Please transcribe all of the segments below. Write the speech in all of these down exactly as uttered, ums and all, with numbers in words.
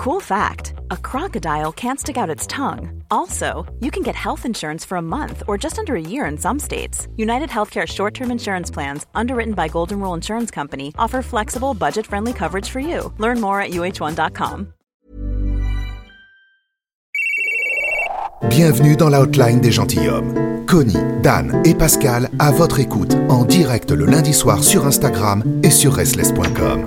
Cool fact, a crocodile can't stick out its tongue. Also, you can get health insurance for a month or just under a year in some states. United Healthcare short-term insurance plans, underwritten by Golden Rule Insurance Company, offer flexible, budget-friendly coverage for you. Learn more at U H one dot com. Bienvenue dans la hotline des gentilshommes. Connie, Dan et Pascal à votre écoute en direct le lundi soir sur Instagram et sur restless point com.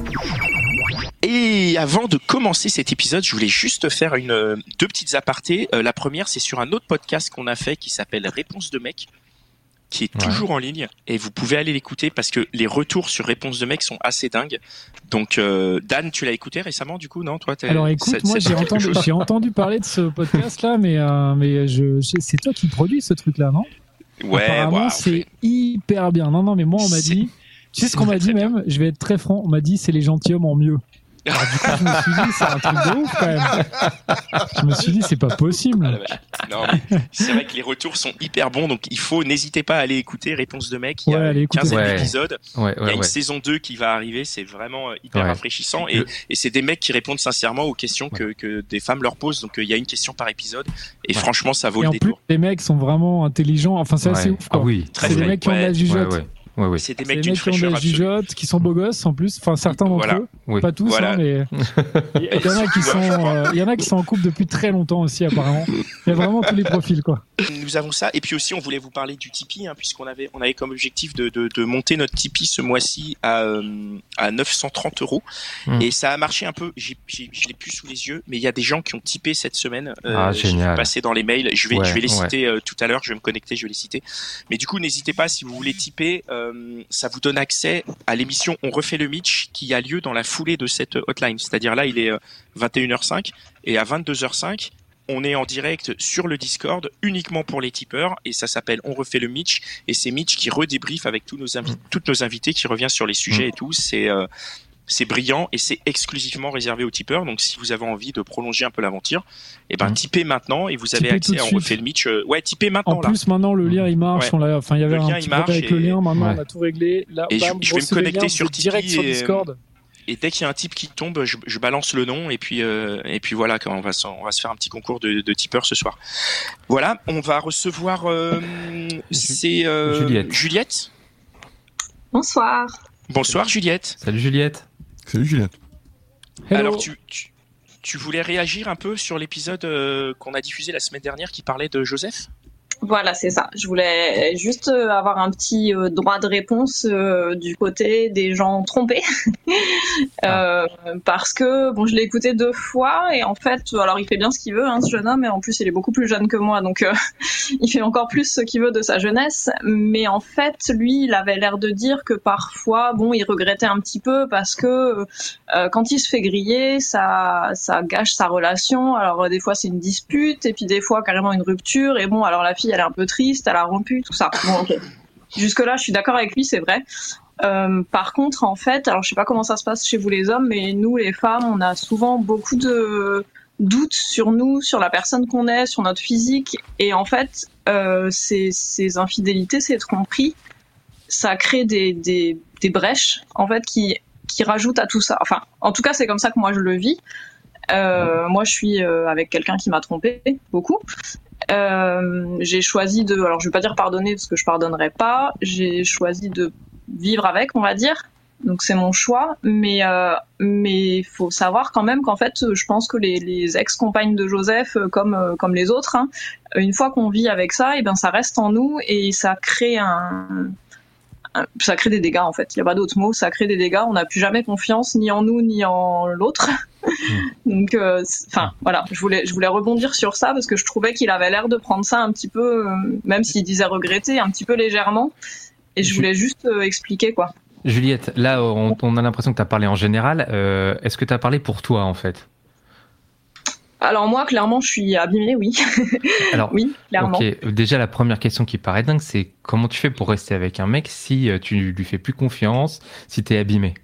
Et avant de commencer cet épisode, je voulais juste faire une deux petites apartés. Euh, la première, c'est sur un autre podcast qu'on a fait qui s'appelle Réponse de mec, qui est ouais. toujours en ligne, et vous pouvez aller l'écouter parce que les retours sur Réponse de mec sont assez dingues. Donc euh, Dan, tu l'as écouté récemment du coup, non? Toi, t'es... Alors écoute, ça, moi j'ai entendu, j'ai entendu parler de ce podcast-là, mais euh, mais je, c'est toi qui produis ce truc-là, non? Ouais. Apparemment, ouais, c'est fait... hyper bien. Non, non, mais moi on m'a c'est... dit, tu sais ce qu'on m'a dit même. Je vais être très franc, on m'a dit c'est les gentilshommes en mieux. Alors, du coup, je me suis dit, c'est un truc de ouf quand même. Je me suis dit, c'est pas possible. Non, mais c'est vrai que les retours sont hyper bons, donc il faut, n'hésitez pas à aller écouter Réponse de mec. Il y a ouais, une quinzaine ouais. d'épisodes. Ouais, ouais, il y a une ouais. saison deux qui va arriver. C'est vraiment hyper ouais. rafraîchissant. Et, Le... et c'est des mecs qui répondent sincèrement aux questions que, ouais. que des femmes leur posent. Donc il y a une question par épisode. Et ouais. franchement, ça vaut et le en détour. Plus, les mecs sont vraiment intelligents. Enfin, c'est ouais. assez ouf, quoi. Ah oui, très c'est vrai. des mecs qui ouais. ont de la jugeote. Ouais, ouais. Ouais, ouais. C'est des c'est mecs des d'une mecs qui ont de fraîcheur la absolue. jugeote, qui sont beaux gosses en plus. Enfin, certains d'entre voilà. eux. Oui. Pas tous, voilà. hein, mais il y, y en a qui sont, euh, il y en a qui sont en couple depuis très longtemps aussi, apparemment. Il y a vraiment tous les profils, quoi. Nous avons ça, et puis aussi on voulait vous parler du Tipeee, hein, puisqu'on avait, on avait comme objectif de, de, de monter notre Tipeee ce mois-ci à, euh, à neuf cent trente euros, mmh. et ça a marché un peu. J'ai, j'ai, je l'ai plus sous les yeux, mais il y a des gens qui ont tipé cette semaine. Euh, ah, génial. J'ai passé dans les mails. Je vais, ouais, je vais les ouais. citer euh, tout à l'heure. Je vais me connecter, je vais les citer. Mais du coup, n'hésitez pas si vous voulez tiper. Euh, ça vous donne accès à l'émission On refait le Mitch qui a lieu dans la foulée de cette hotline. C'est-à-dire là, il est vingt et une heures cinq et à vingt-deux heures cinq, on est en direct sur le Discord uniquement pour les tipeurs et ça s'appelle On refait le Mitch et c'est Mitch qui redébriefe avec tous nos invi- mmh. toutes nos invités qui revient sur les sujets mmh. et tout. C'est euh, c'est brillant et c'est exclusivement réservé aux tipeurs. Donc si vous avez envie de prolonger un peu l'aventure, et ben mmh. tipez maintenant et vous avez tipez accès à On refait le Mitch. Euh, ouais, tipez maintenant. En là. plus maintenant le lien il marche. Ouais. On l'a, enfin il y avait le un petit problème avec et... le lien. Maintenant ouais. on a tout réglé. Là, et bam, je, je vais me connecter lien, sur Tipeee direct sur et, Discord. Et dès qu'il y a un type qui tombe, je, je balance le nom et puis euh, et puis voilà, on va on va se faire un petit concours de, de tipeurs ce soir. Voilà, on va recevoir euh, c'est euh, Juliette. Juliette. Bonsoir. Bonsoir Juliette. Salut Juliette. Salut Juliette. Hello. Alors tu, tu tu voulais réagir un peu sur l'épisode euh, qu'on a diffusé la semaine dernière qui parlait de Joseph? Voilà, c'est ça. Je voulais juste avoir un petit euh, droit de réponse euh, du côté des gens trompés. euh, parce que, bon, je l'ai écouté deux fois et en fait, alors il fait bien ce qu'il veut, hein, ce jeune homme, et en plus il est beaucoup plus jeune que moi, donc euh, il fait encore plus ce qu'il veut de sa jeunesse. Mais en fait, lui, il avait l'air de dire que parfois, bon, il regrettait un petit peu parce que euh, quand il se fait griller, ça, ça gâche sa relation. Alors des fois c'est une dispute et puis des fois carrément une rupture. Et bon, alors la fille elle est un peu triste, elle a rompu, tout ça. Bon, ok. Jusque-là, je suis d'accord avec lui, c'est vrai. Euh, par contre, en fait, alors je sais pas comment ça se passe chez vous les hommes, mais nous les femmes, on a souvent beaucoup de doutes sur nous, sur la personne qu'on est, sur notre physique. Et en fait, euh, ces, ces infidélités, ces tromperies, ça crée des, des, des brèches, en fait, qui, qui rajoutent à tout ça. Enfin, en tout cas, c'est comme ça que moi je le vis. Euh, moi, je suis euh, avec quelqu'un qui m'a trompée, beaucoup. Euh, j'ai choisi de, alors je vais pas dire pardonner parce que je pardonnerai pas, j'ai choisi de vivre avec, on va dire, donc c'est mon choix, mais euh, mais faut savoir quand même qu'en fait je pense que les, les ex-compagnes de Joseph comme comme les autres, hein, une fois qu'on vit avec ça, et ben ça reste en nous et ça crée un ça crée des dégâts en fait, il n'y a pas d'autre mot, ça crée des dégâts, on n'a plus jamais confiance ni en nous ni en l'autre. Donc enfin euh, voilà, je voulais je voulais rebondir sur ça parce que je trouvais qu'il avait l'air de prendre ça un petit peu, euh, même s'il disait regretter, un petit peu légèrement, et je voulais juste euh, expliquer quoi. Juliette, là on, on a l'impression que tu as parlé en général, euh, est-ce que tu as parlé pour toi en fait? Alors moi, clairement, je suis abîmée, oui. Alors, oui, clairement. Ok, déjà la première question qui paraît dingue, c'est comment tu fais pour rester avec un mec si tu lui fais plus confiance, si t'es abîmée?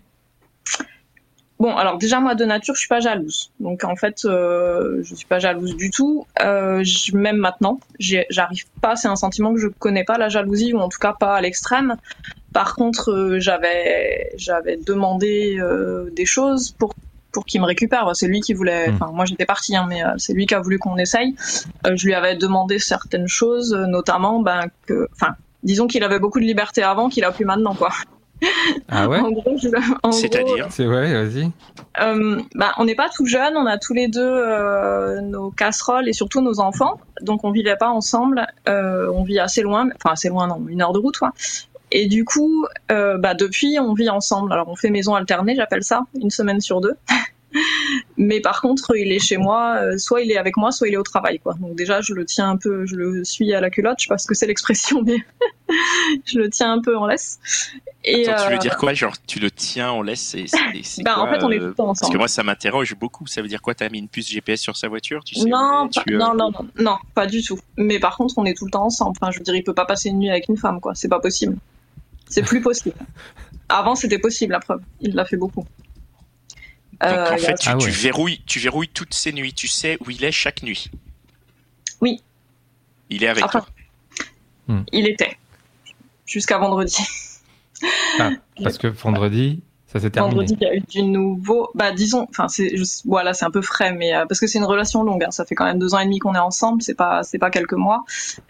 Bon, alors déjà moi de nature, je suis pas jalouse. Donc en fait, euh, je suis pas jalouse du tout. Euh, je, même maintenant, j'ai, j'arrive pas. C'est un sentiment que je connais pas, la jalousie, ou en tout cas pas à l'extrême. Par contre, euh, j'avais j'avais demandé euh, des choses pour pour qu'il me récupère. C'est lui qui voulait. Enfin, mmh. moi j'étais partie, hein, mais euh, c'est lui qui a voulu qu'on essaye. Euh, je lui avais demandé certaines choses, notamment, ben que, enfin, disons qu'il avait beaucoup de liberté avant, qu'il a plus maintenant, quoi. Ah ouais. En gros, je, en C'est-à-dire gros, c'est vrai, vas-y. Euh, bah, on n'est pas tout jeunes, on a tous les deux euh, nos casseroles et surtout nos enfants, donc on vivait pas ensemble. Euh, on vit assez loin, enfin assez loin, non, une heure de route, quoi. Et du coup, euh, bah depuis, on vit ensemble. Alors on fait maison alternée, j'appelle ça, une semaine sur deux. Mais par contre, il est chez moi, euh, soit il est avec moi, soit il est au travail, quoi. Donc déjà, je le tiens un peu, je le suis à la culotte, je sais pas ce que c'est l'expression, mais je le tiens un peu en laisse. Et Attends, euh... tu veux dire quoi? Genre, tu le tiens en laisse et c'est, c'est ben, quoi, en fait, on est euh... tout le temps ensemble. Parce que moi, ça m'interroge beaucoup. Ça veut dire quoi? T'as mis une puce G P S sur sa voiture? Tu sais non, tu, pas, euh... non, non, non, non, pas du tout. Mais par contre, on est tout le temps ensemble. Enfin, je veux dire, il peut pas passer une nuit avec une femme, quoi. C'est pas possible. C'est plus possible. Avant, c'était possible, la preuve. Il l'a fait beaucoup. Donc euh, en fait, tu, ah ouais. tu verrouilles, tu verrouilles toutes ces nuits. Tu sais où il est chaque nuit. Oui. Il est avec enfin, toi. Hmm. Il était jusqu'à vendredi. Ah, parce que vendredi, ça s'est terminé. Vendredi, il y a eu du nouveau. Bah, disons, enfin, c'est, je, voilà, c'est un peu frais, mais euh, parce que c'est une relation longue. Hein, ça fait quand même deux ans et demi qu'on est ensemble. C'est pas, c'est pas quelques mois.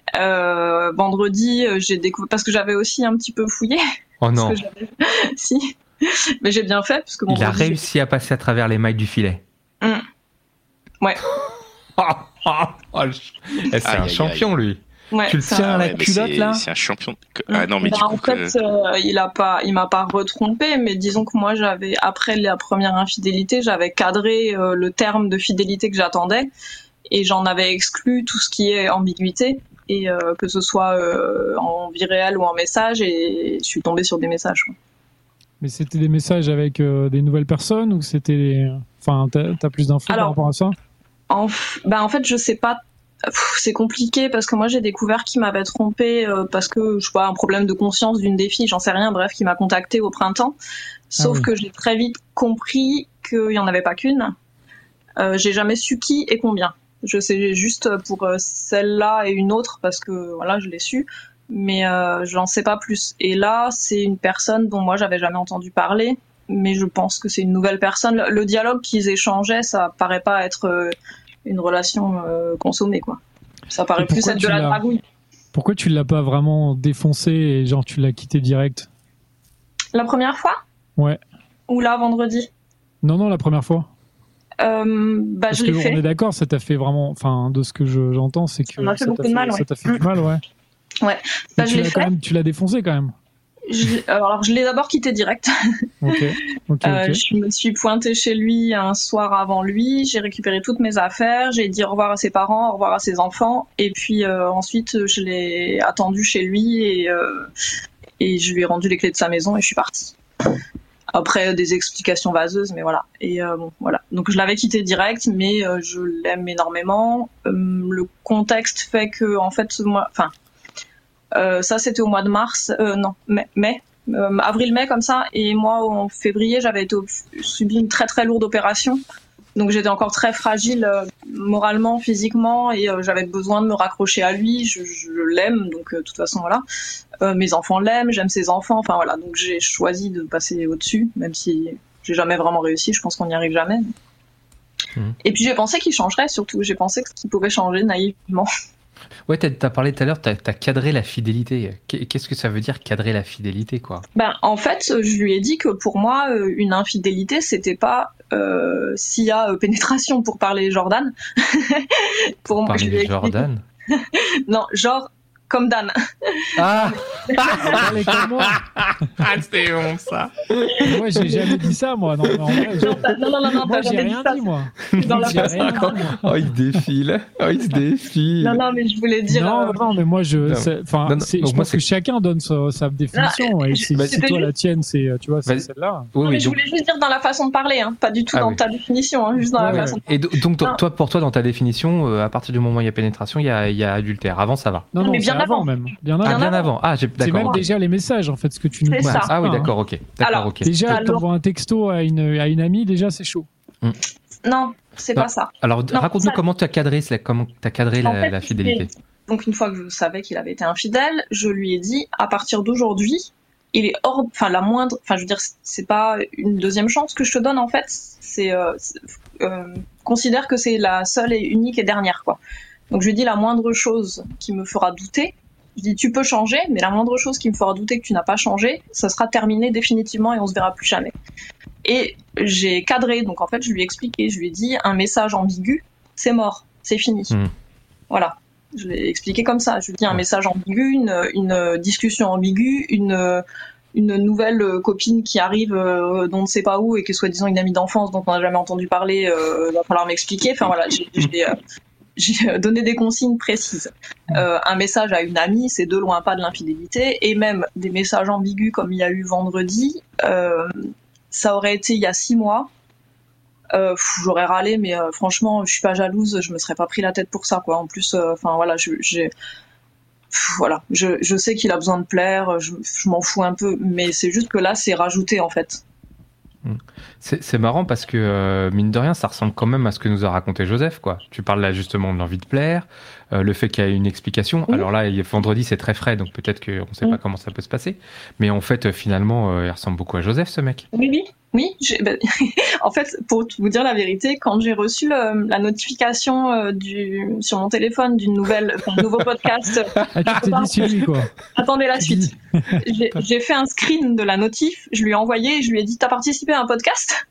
Euh, vendredi, j'ai découvert parce que j'avais aussi un petit peu fouillé. Oh non. Parce que j'avais... si. Mais j'ai bien fait parce que il a réussi j'ai... à passer à travers les mailles du filet. Mmh. Ouais. oh, oh, oh, c'est aïe, un aïe, champion aïe. Lui. Ouais, tu le tiens à la ouais, culotte c'est, là. C'est un champion. Ah non mais bah, du coup. En fait, que... euh, il a pas, il m'a pas retrompé, mais disons que moi j'avais après la première infidélité, j'avais cadré euh, le terme de fidélité que j'attendais et j'en avais exclu tout ce qui est ambiguïté et euh, que ce soit euh, en vie réelle ou en message et je suis tombée sur des messages. Quoi. Mais c'était des messages avec euh, des nouvelles personnes ou c'était des... Enfin, t'as, t'as plus d'infos Alors, par rapport à ça? en, f... bah, en fait, je sais pas. Pff, c'est compliqué parce que moi, j'ai découvert qu'il m'avait trompé euh, parce que, je sais pas, un problème de conscience d'une des filles, j'en sais rien, bref, qui m'a contacté au printemps. Sauf ah oui. que j'ai très vite compris qu'il y en avait pas qu'une. Euh, j'ai jamais su qui et combien. Je sais juste pour euh, celle-là et une autre parce que, voilà, je l'ai su. Mais euh, j'en sais pas plus. Et là, c'est une personne dont moi j'avais jamais entendu parler, mais je pense que c'est une nouvelle personne. Le, le dialogue qu'ils échangeaient, ça paraît pas être euh, une relation euh, consommée, quoi. Ça paraît plus être de la dragouille. Pourquoi tu l'as pas vraiment défoncé et genre tu l'as quitté direct? La première fois? Ouais. Ou là, vendredi? Non, non, la première fois. Euh, bah, Parce je l'ai fait. On est d'accord, ça t'a fait vraiment. Enfin, de ce que je, j'entends, c'est que. Ça m'a fait ça beaucoup t'a de mal, fait, ouais. Ça t'a fait du mal, ouais. Ouais. Bah, tu, je l'ai l'as fait. Quand même, tu l'as défoncé quand même. Je, alors, je l'ai d'abord quitté direct. Ok. Ok. Euh, okay. Je me suis pointée chez lui un soir avant lui. J'ai récupéré toutes mes affaires. J'ai dit au revoir à ses parents, au revoir à ses enfants. Et puis euh, ensuite, je l'ai attendu chez lui et, euh, et je lui ai rendu les clés de sa maison et je suis partie. Après des explications vaseuses, mais voilà. Et euh, bon, voilà. Donc je l'avais quitté direct, mais euh, je l'aime énormément. Euh, le contexte fait que, en fait, moi, enfin. Euh, ça c'était au mois de mars, euh, non, mai, mai euh, avril-mai comme ça, et moi en février j'avais été, subi une très très lourde opération, donc j'étais encore très fragile euh, moralement, physiquement, et euh, j'avais besoin de me raccrocher à lui, je, je l'aime, donc euh, de toute façon voilà, euh, mes enfants l'aiment, j'aime ses enfants, enfin voilà, donc j'ai choisi de passer au-dessus, même si j'ai jamais vraiment réussi, je pense qu'on n'y arrive jamais. Mmh. Et puis j'ai pensé qu'il changerait surtout, j'ai pensé qu'il pouvait changer naïvement. Ouais, t'as, t'as parlé tout à l'heure, t'as, t'as cadré la fidélité. Qu'est-ce que ça veut dire cadrer la fidélité, quoi? Ben, en fait, je lui ai dit que pour moi, une infidélité, c'était pas euh, s'il y a pénétration, pour parler Jordan. pour parler je lui ai Jordan non, genre comme Dan. Ah, ah c'est bon ça. Moi j'ai jamais dit ça moi. Non, non, vrai, non, non, non, non, non, moi j'ai rien dit, dit moi. Dans la j'ai rien dit, moi. Oh il défile, oh il se défile. Non non mais je voulais dire. Non euh... non mais moi je, enfin je pense moi, que c'est... chacun donne sa, sa définition. Non, et c'est, bah, si toi juste... la tienne c'est, tu vois, c'est Vas-y. Celle-là. Oui, non, mais oui, je donc... voulais juste dire dans la façon de parler, hein, pas du tout ah, dans oui. ta définition, hein, juste dans ouais, la façon. Ouais. Et donc toi, toi pour toi dans ta définition, euh, à partir du moment où il y a pénétration, il y a, il y a adultère. Avant ça va. Non non, bien avant même. Bien Ah, bien avant. Ah, j'ai, c'est même okay. déjà les messages, en fait, ce que tu nous dis. Ah oui, d'accord, ok. D'accord, Alors, ok. Déjà, t'envoies un texto à une, à une amie, déjà, c'est chaud. Mm. Non, c'est non. pas ça. Alors, non, raconte-nous ça... comment tu as cadré, comment t'as cadré la, en fait, la fidélité. Donc, une fois que je savais qu'il avait été infidèle, je lui ai dit, à partir d'aujourd'hui, il est hors, enfin la moindre, enfin je veux dire, c'est pas une deuxième chance que je te donne en fait, c'est, euh, c'est euh, considère que c'est la seule et unique et dernière quoi. Donc je lui dis la moindre chose qui me fera douter, je dis tu peux changer, mais la moindre chose qui me fera douter que tu n'as pas changé, ça sera terminé définitivement et on se verra plus jamais. Et j'ai cadré, donc en fait je lui ai expliqué, je lui ai dit un message ambigu, c'est mort, c'est fini. Mmh. Voilà. Je l'ai expliqué comme ça. Je lui dis un message ambigu, une, une discussion ambiguë, une, une nouvelle copine qui arrive euh, d'on ne sait pas où et qui est soi-disant une amie d'enfance dont on n'a jamais entendu parler, euh, va falloir m'expliquer. Enfin voilà, j'ai, j'ai, euh, j'ai donné des consignes précises. Euh, un message à une amie, c'est de loin pas de l'infidélité, et même des messages ambigus comme il y a eu vendredi, euh, ça aurait été il y a six mois. Euh, pff, j'aurais râlé, mais euh, franchement, je suis pas jalouse, je me serais pas pris la tête pour ça, quoi. En plus, enfin euh, voilà, je, j'ai, pff, voilà, je, je sais qu'il a besoin de plaire, je, je m'en fous un peu, mais c'est juste que là, c'est rajouté en fait. C'est, c'est marrant parce que euh, mine de rien, ça ressemble quand même à ce que nous a raconté Joseph, quoi. Tu parles là justement de l'envie de plaire, euh, le fait qu'il y a une explication. Mmh. Alors là, il y a, vendredi, c'est très frais, donc peut-être qu'on ne sait mmh. pas comment ça peut se passer. Mais en fait, finalement, euh, il ressemble beaucoup à Joseph, ce mec. Oui, oui. Oui, j'ai, ben, en fait, pour vous dire la vérité, quand j'ai reçu le, la notification euh, du, sur mon téléphone d'une nouvelle, d'un nouveau podcast, ah, tu t'es dit suivi, quoi. Attendez la suite. J'ai, j'ai fait un screen de la notif, je lui ai envoyé et je lui ai dit t'as participé à un podcast?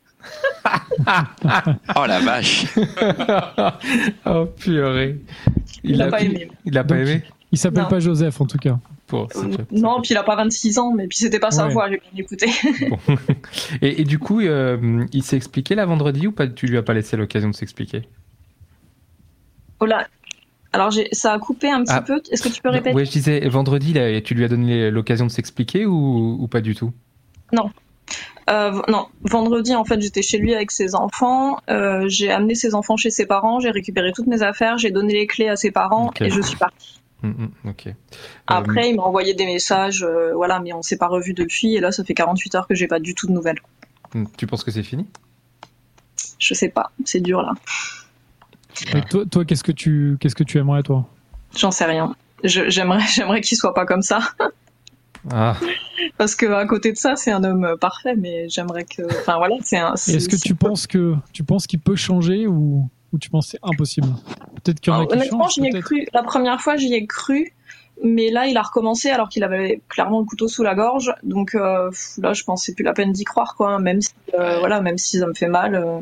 Oh la vache. Oh purée. Il, il a, a pas aimé. Il a pas Donc, aimé. Il s'appelle non. pas Joseph en tout cas. Bon, ça euh, fait, ça non, fait... puis il a pas vingt-six ans, mais puis c'était pas sa ouais. voix, j'ai bien écouté. Bon. et, et du coup, euh, il s'est expliqué là vendredi ou pas? Tu lui as pas laissé l'occasion de s'expliquer? Oh là. Alors j'ai, ça a coupé un petit ah. peu. Est-ce que tu peux répéter? Oui, je disais vendredi, là, tu lui as donné l'occasion de s'expliquer ou, ou pas du tout? Non. Euh, non, vendredi en fait j'étais chez lui avec ses enfants, euh, j'ai amené ses enfants chez ses parents, j'ai récupéré toutes mes affaires, j'ai donné les clés à ses parents okay. et je suis partie. Mmh, mmh, okay. Après euh... il m'a envoyé des messages, euh, voilà, mais on s'est pas revus depuis et là ça fait quarante-huit heures que j'ai pas du tout de nouvelles. Tu penses que c'est fini? Je sais pas, c'est dur là. Et toi, toi qu'est-ce que tu, qu'est-ce que tu aimerais toi? J'en sais rien. Je, j'aimerais, j'aimerais qu'il soit pas comme ça. Ah. Parce que à côté de ça, c'est un homme parfait, mais j'aimerais que, enfin voilà, c'est un. C'est, est-ce que c'est tu peu... penses que tu penses qu'il peut changer ou ou tu penses que c'est impossible? Peut-être qu'il y en a qui honnêtement, changent. J'y ai cru. La première fois, j'y ai cru, mais là, il a recommencé alors qu'il avait clairement le couteau sous la gorge. Donc euh, là, je pense que c'est plus la peine d'y croire, quoi. Même si, euh, voilà, même si ça me fait mal. Euh...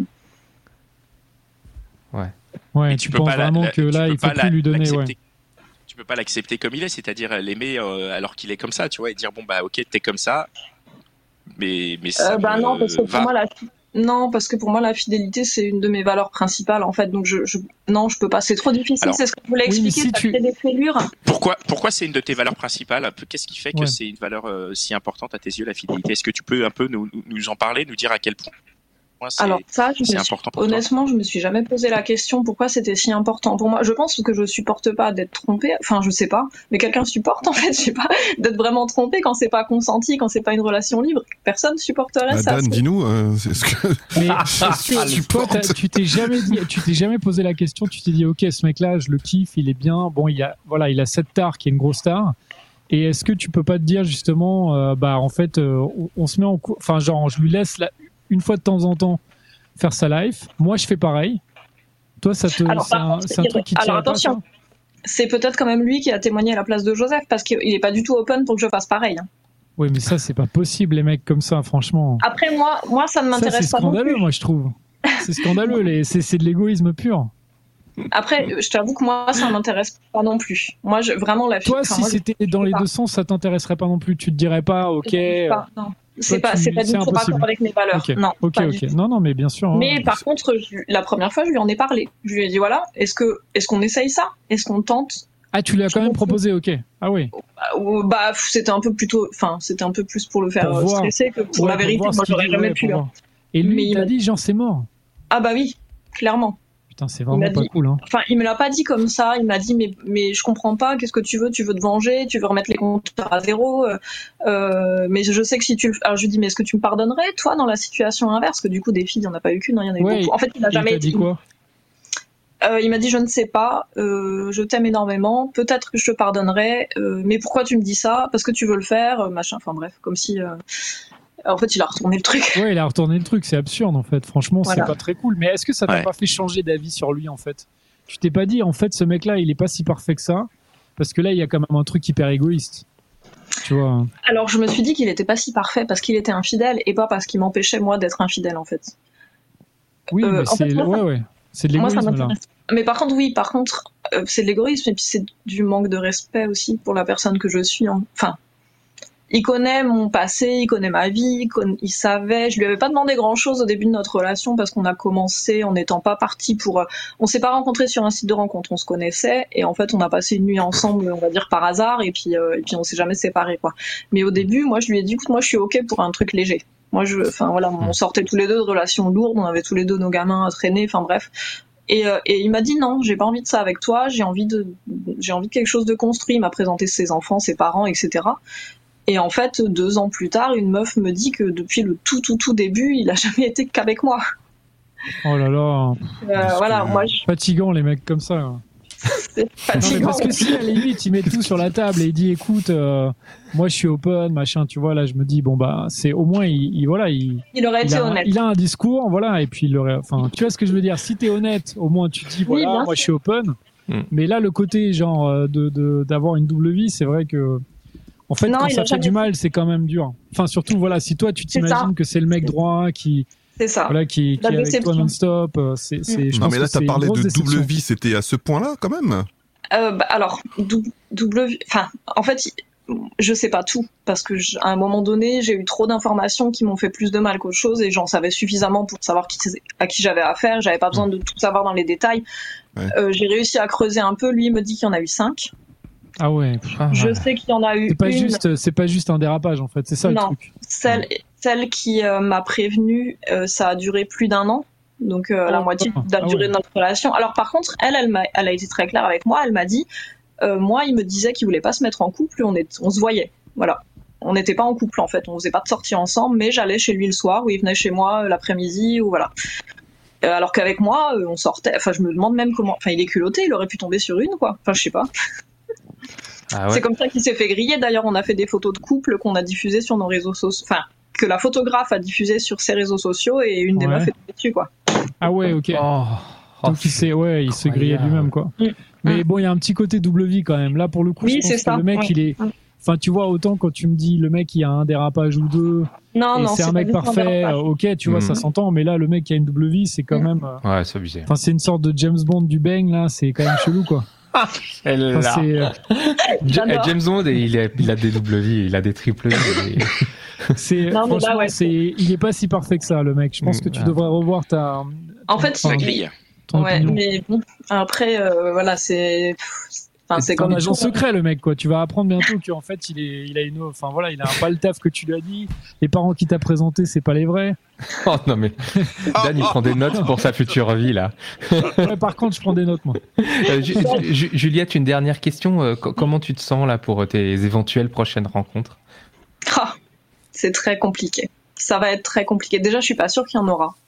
Ouais. Ouais. Tu, tu penses vraiment la, la, que là, il faut plus la, lui donner, ouais. Tu peux pas l'accepter comme il est, c'est-à-dire l'aimer euh, alors qu'il est comme ça, tu vois, et dire bon bah ok t'es comme ça, mais mais ça euh, bah non parce que va. pour moi la non parce que pour moi la fidélité c'est une de mes valeurs principales en fait, donc je, je... non je peux pas, c'est trop difficile. Alors, c'est ce que je voulais expliquer. Oui, si tu... des fêlures. Pourquoi pourquoi c'est une de tes valeurs principales? Qu'est-ce qui fait que ouais. c'est une valeur euh, si importante à tes yeux, la fidélité? Est-ce que tu peux un peu nous nous en parler, nous dire à quel point? Moi, c'est, Alors ça, je c'est me important suis, honnêtement, toi. Je me suis jamais posé la question pourquoi c'était si important pour moi. Je pense que je supporte pas d'être trompée. Enfin, je sais pas, mais quelqu'un supporte en fait, je sais pas, d'être vraiment trompé quand c'est pas consenti, quand c'est pas une relation libre. Personne supporterait bah, ça. Dan, dis-nous, euh, c'est ce que. Mais tu, toi, tu t'es jamais dit, tu t'es jamais posé la question. Tu t'es dit, ok, ce mec-là, je le kiffe, il est bien. Bon, il a, voilà, il a cette star qui est une grosse star. Et est-ce que tu peux pas te dire justement, euh, bah en fait, euh, on, on se met en, cou- enfin genre, je lui laisse la, une fois de temps en temps faire sa life. Moi, je fais pareil. Toi, ça te, alors, c'est, un, contre, c'est un truc qui tient. Alors attention, pas, c'est peut-être quand même lui qui a témoigné à la place de Joseph parce qu'il est pas du tout open pour que je fasse pareil. Hein. Oui, mais ça, c'est pas possible, les mecs comme ça, franchement. Après, moi, moi, ça ne m'intéresse ça, c'est pas non plus. C'est scandaleux, moi, je trouve. C'est scandaleux. les, c'est, c'est de l'égoïsme pur. Après, je t'avoue que moi, ça m'intéresse pas non plus. Moi, je, vraiment la. Toi, enfin, si moi, c'était dans les pas. deux sens, ça t'intéresserait pas non plus. Tu te dirais pas, ok. Pas, non. C'est Toi, pas, tu, c'est pas du tout raccord avec mes valeurs. Okay. Non, ok, pas ok. du tout. Non, non, mais bien sûr. Mais hein. par contre, je, la première fois, je lui en ai parlé. Je lui ai dit voilà, est-ce que, est-ce qu'on essaye ça? Est-ce qu'on tente? Ah, tu l'as quand même proposé, ok. Ah oui. Bah, bah, c'était un peu plutôt, enfin, c'était un peu plus pour le faire pour stresser que pour ouais, la vérité. pour moi, j'aurais dit, jamais ouais, pu. Hein. Et lui, mais il t'a dit, genre, c'est mort. Ah bah oui, clairement. Putain, c'est vraiment pas dit, cool. Hein. Enfin, il me l'a pas dit comme ça. Il m'a dit, mais, mais je comprends pas. Qu'est-ce que tu veux? Tu veux te venger? Tu veux remettre les compteurs à zéro? euh, Mais je sais que si tu. Alors je lui dis, mais est-ce que tu me pardonnerais, toi, dans la situation inverse? Parce que du coup, des filles, il n'y en a pas eu qu'une. Il y en a eu ouais, beaucoup. En fait, il n'a jamais il t'a dit quoi? Euh, il m'a dit je ne sais pas, euh, je t'aime énormément, peut-être que je te pardonnerai, euh, mais pourquoi tu me dis ça? Parce que tu veux le faire, euh, machin. Enfin bref, comme si. Euh... En fait, il a retourné le truc. Ouais, il a retourné le truc. C'est absurde en fait. Franchement, Voilà. c'est pas très cool. Mais est-ce que ça t'a Ouais. pas fait changer d'avis sur lui en fait? Tu t'es pas dit en fait, ce mec-là, il est pas si parfait que ça, parce que là, il y a quand même un truc hyper égoïste. Tu vois. Alors je me suis dit qu'il était pas si parfait parce qu'il était infidèle et pas parce qu'il m'empêchait moi d'être infidèle en fait. Oui, Euh, mais en c'est fait, moi, ouais, ça- ouais. C'est de Moi ça l'égoïsme là. m'intéresse. Mais par contre oui, par contre euh, c'est de l'égoïsme et puis c'est du manque de respect aussi pour la personne que je suis. Hein. Enfin, il connaît mon passé, il connaît ma vie, il, conna... il savait. Je lui avais pas demandé grand chose au début de notre relation parce qu'on a commencé en n'étant pas parti pour. On s'est pas rencontrés sur un site de rencontre, on se connaissait et en fait on a passé une nuit ensemble, on va dire par hasard et puis euh, et puis on s'est jamais séparés quoi. Mais au début, moi je lui ai dit écoute, moi je suis ok pour un truc léger. Moi je, enfin voilà, on sortait tous les deux de relations lourdes, on avait tous les deux nos gamins à traîner, enfin bref. Et, euh, et il m'a dit non, j'ai pas envie de ça avec toi, j'ai envie de, j'ai envie de quelque chose de construit. Il m'a présenté ses enfants, ses parents, et cetera. Et en fait, deux ans plus tard, une meuf me dit que depuis le tout tout tout début, il a jamais été qu'avec moi. Oh là là. Euh, voilà, que- moi je... Fatigant les mecs comme ça. c'est Non, mais fatigant. parce que si à la limite il met tout sur la table et il dit écoute euh, moi je suis open machin tu vois là je me dis bon bah c'est au moins il, il voilà il, Il aurait il, été a, honnête. il a un discours voilà et puis il aurait enfin tu vois ce que je veux dire si t'es honnête au moins tu te dis Oui, voilà bien moi sûr. je suis open Mm. mais là le côté genre euh, de de- d'avoir une double vie c'est vrai que en fait Non, quand il ça a fait jamais du mal c'est quand même dur enfin surtout voilà si toi tu C'est t'imagines ça. que c'est le mec droit qui C'est ça. voilà qui, qui La est avec toi déception. non-stop euh, c'est c'est je Non, pense mais là, que t'as c'est parlé une grosse de double déception. vie, c'était à ce point-là, quand même. Euh, bah, alors, dou- double vie. Enfin, en fait, il- je sais pas tout parce que j'- à un moment donné, j'ai eu trop d'informations qui m'ont fait plus de mal qu'autre chose et j'en savais suffisamment pour savoir qui, à qui j'avais affaire. J'avais pas besoin de tout savoir dans les détails. Ouais. Euh, j'ai réussi à creuser un peu. Lui il me dit qu'il y en a eu cinq. ah ouais Ah, Je ouais. sais qu'il y en a eu c'est pas une. juste c'est pas juste un dérapage en fait c'est ça le Non. truc Celle, celle qui euh, m'a prévenue, euh, ça a duré plus d'un an. Donc euh, la Oh, moitié ah de la ouais. durée de notre relation. Alors par contre, elle, elle, m'a, elle a été très claire avec moi. Elle m'a dit, euh, moi, il me disait qu'il voulait pas se mettre en couple. On, est, on se voyait. Voilà. On n'était pas en couple en fait. On faisait pas de sortie ensemble, mais j'allais chez lui le soir ou il venait chez moi euh, l'après-midi ou voilà. Euh, alors qu'avec moi, euh, on sortait. Enfin, je me demande même comment. Enfin, il est culotté. Il aurait pu tomber sur une quoi. Enfin, je sais pas. Ah ouais. C'est comme ça qu'il s'est fait griller. D'ailleurs, on a fait des photos de couple qu'on a diffusées sur nos réseaux sociaux. Enfin, que la photographe a diffusé sur ses réseaux sociaux et une des Ouais. meufs est tombée dessus, quoi. ah ouais ok Oh. Oh, Donc il s'est ouais, il s'est grillé incroyable. lui-même quoi. Mm. Mais Mm. bon, il y a un petit côté double vie quand même. Là pour le coup, Oui, je pense c'est que ça, le mec ouais. il est Mm. enfin tu vois autant quand tu me dis le mec il a un dérapage ou deux Non, et non, c'est un pas mec du tout un parfait, dérapage. euh, OK, tu vois Mm. ça s'entend mais là le mec qui a une double vie, c'est quand Mm. même euh, Ouais, c'est abusé. enfin c'est une sorte de James Bond du bang là, c'est quand même chelou quoi. Elle Enfin, c'est euh, J'adore. James Bond, et il, a, il a des doubles vies, il a des triples vies. c'est Non, mais là, franchement ouais. c'est il est pas si parfait que ça le mec. Je pense Mm. que tu Ah. devrais revoir ta En fait, Ça Enfin, grille. ton ouais, opinion. mais bon, après, euh, voilà, c'est. Enfin, c'est C'est comme un agent tout. secret le mec quoi. Tu vas apprendre bientôt qu'en fait il est il a une enfin voilà, il a pas le taf que tu lui as dit. Les parents qui t'a présenté, c'est pas les vrais. Oh non, mais Dan, il prend des notes pour sa future vie, là. Ouais, par contre, je prends des notes moi. Euh, Ju- Ju- Juliette, une dernière question. Euh, co- comment tu te sens, là, pour tes éventuelles prochaines rencontres? Ah, c'est très compliqué. Ça va être très compliqué. Déjà, je suis pas sûre qu'il y en aura.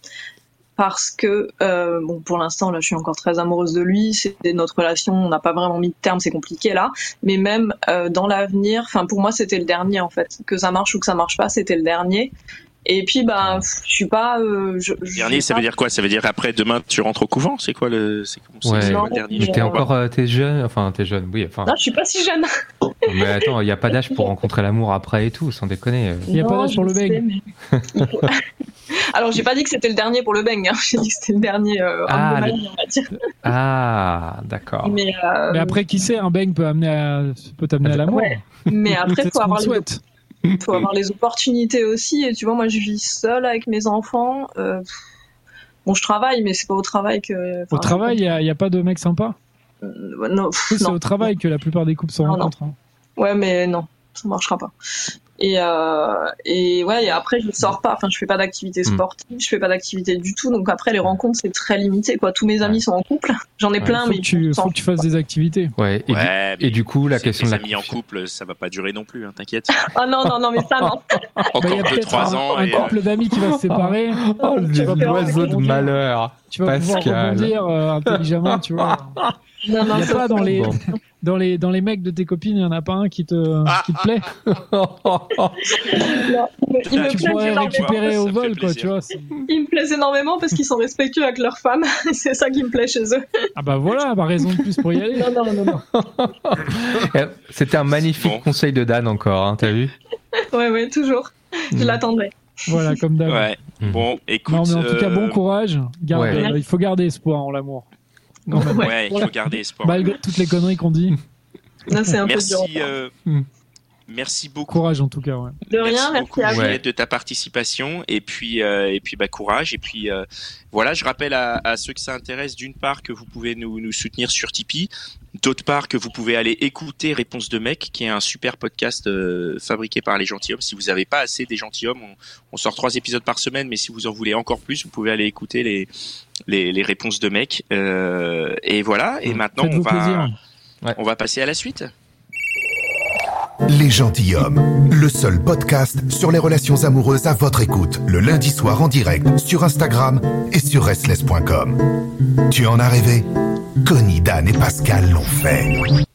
Parce que, euh, bon, pour l'instant, là, je suis encore très amoureuse de lui. C'est notre relation, on n'a pas vraiment mis de terme, c'est compliqué là. Mais même euh, dans l'avenir, enfin, pour moi, c'était le dernier en fait. Que ça marche ou que ça marche pas, c'était le dernier. Et puis, ben, je suis pas. Euh, je, je Dernier, suis ça pas- veut dire quoi? Ça veut dire après demain tu rentres au couvent? C'est quoi le, c'est c'est- Ouais. c'est quoi Non, le dernier? Mais je- t'es Ouais. encore, euh, t'es jeune, enfin, t'es jeune, oui, enfin. Non, je suis pas si jeune. Mais attends, il n'y a pas d'âge pour rencontrer l'amour après et tout, sans déconner. Il y a pas Non, d'âge pour je le sais, bang. mais- Il faut- Alors, j'ai pas dit que c'était le dernier pour le bang. Hein. J'ai dit que c'était le dernier euh, homme Ah, de ma le- vie, on va dire. Ah, d'accord. Mais, euh, Mais après, qui sait, un bang peut amener à, peut t'amener à l'amour. Ouais. mais après, C'est faut ce qu'on avoir, les, souhaite. faut avoir les opportunités aussi. Et tu vois, moi, je vis seule avec mes enfants. Euh, pff, bon, je travaille, mais c'est pas au travail que. Au enfin, travail, il y a, il y a pas de mec sympa. euh, non, pff, C'est non. au travail que la plupart des couples se Non, non. rencontrent. hein. Ouais, mais non, ça marchera pas. Et, euh, et ouais, et après, je sors pas. Enfin, je fais pas d'activité Mm. sportive, je fais pas d'activité du tout. Donc après, les rencontres, c'est très limité, quoi. Tous mes amis sont en couple. J'en ai Ouais, plein, Faut mais que tu, ils sont faut que tu fasses des activités. Ouais, et, Ouais, du, et du coup, la c'est question de tes la amis en confi- couple, ça va pas durer non plus, hein, t'inquiète. Ah non, non, non, mais ça, non. Bah, il y Encore a deux, peut-être trois un, ans un et euh, couple d'amis qui va se séparer. Oh, Tu vas les pouvoir oiseaux de rebondir. malheur. tu vas pouvoir Pascal. rebondir euh, intelligemment, tu vois. Non, non, Il y a ça, pas dans les, Bon. dans les dans les mecs de tes copines, il y en a pas un qui te Ah, qui te plaît. non, il me, il me Tu plaise pourrais énormément. récupérer ça au me vol, fait quoi, plaisir. tu vois. c'est- Ils me plaisent énormément parce qu'ils sont respectueux avec leurs femmes. C'est ça qui me plaît chez eux. Ah bah voilà, bah raison de plus pour y aller. Non, non, non, non. C'était un magnifique Bon. conseil de Dan encore, hein, t'as vu? Ouais, ouais, toujours. Je Mm. l'attendais. Voilà, comme d'hab. Ouais. Mhm. Bon, écoute. Non, mais en tout cas, euh, bon courage. Garde, Ouais. euh, il faut garder espoir en l'amour. Quand même. Ouais, il faut garder espoir. Malgré toutes les conneries qu'on dit. Non, c'est un peu Merci, dur. euh, Mm. merci beaucoup. Courage en tout cas, ouais. De rien, merci beaucoup, à vous. Juliette, de ta participation et puis euh, et puis bah courage et puis euh, voilà, je rappelle à, à ceux que ça intéresse d'une part que vous pouvez nous, nous soutenir sur Tipeee, d'autre part que vous pouvez aller écouter Réponse de mec qui est un super podcast euh, fabriqué par les gentilshommes. Si vous n'avez pas assez des gentilshommes, on, on sort trois épisodes par semaine, mais si vous en voulez encore plus, vous pouvez aller écouter les les, les réponses de mec euh, et voilà. Et maintenant on Faites-vous va plaisir. on va passer à la suite. Les Gentilshommes, le seul podcast sur les relations amoureuses à votre écoute, le lundi soir en direct sur Instagram et sur restless point com. Tu en as rêvé? Connie, Dan et Pascal l'ont fait.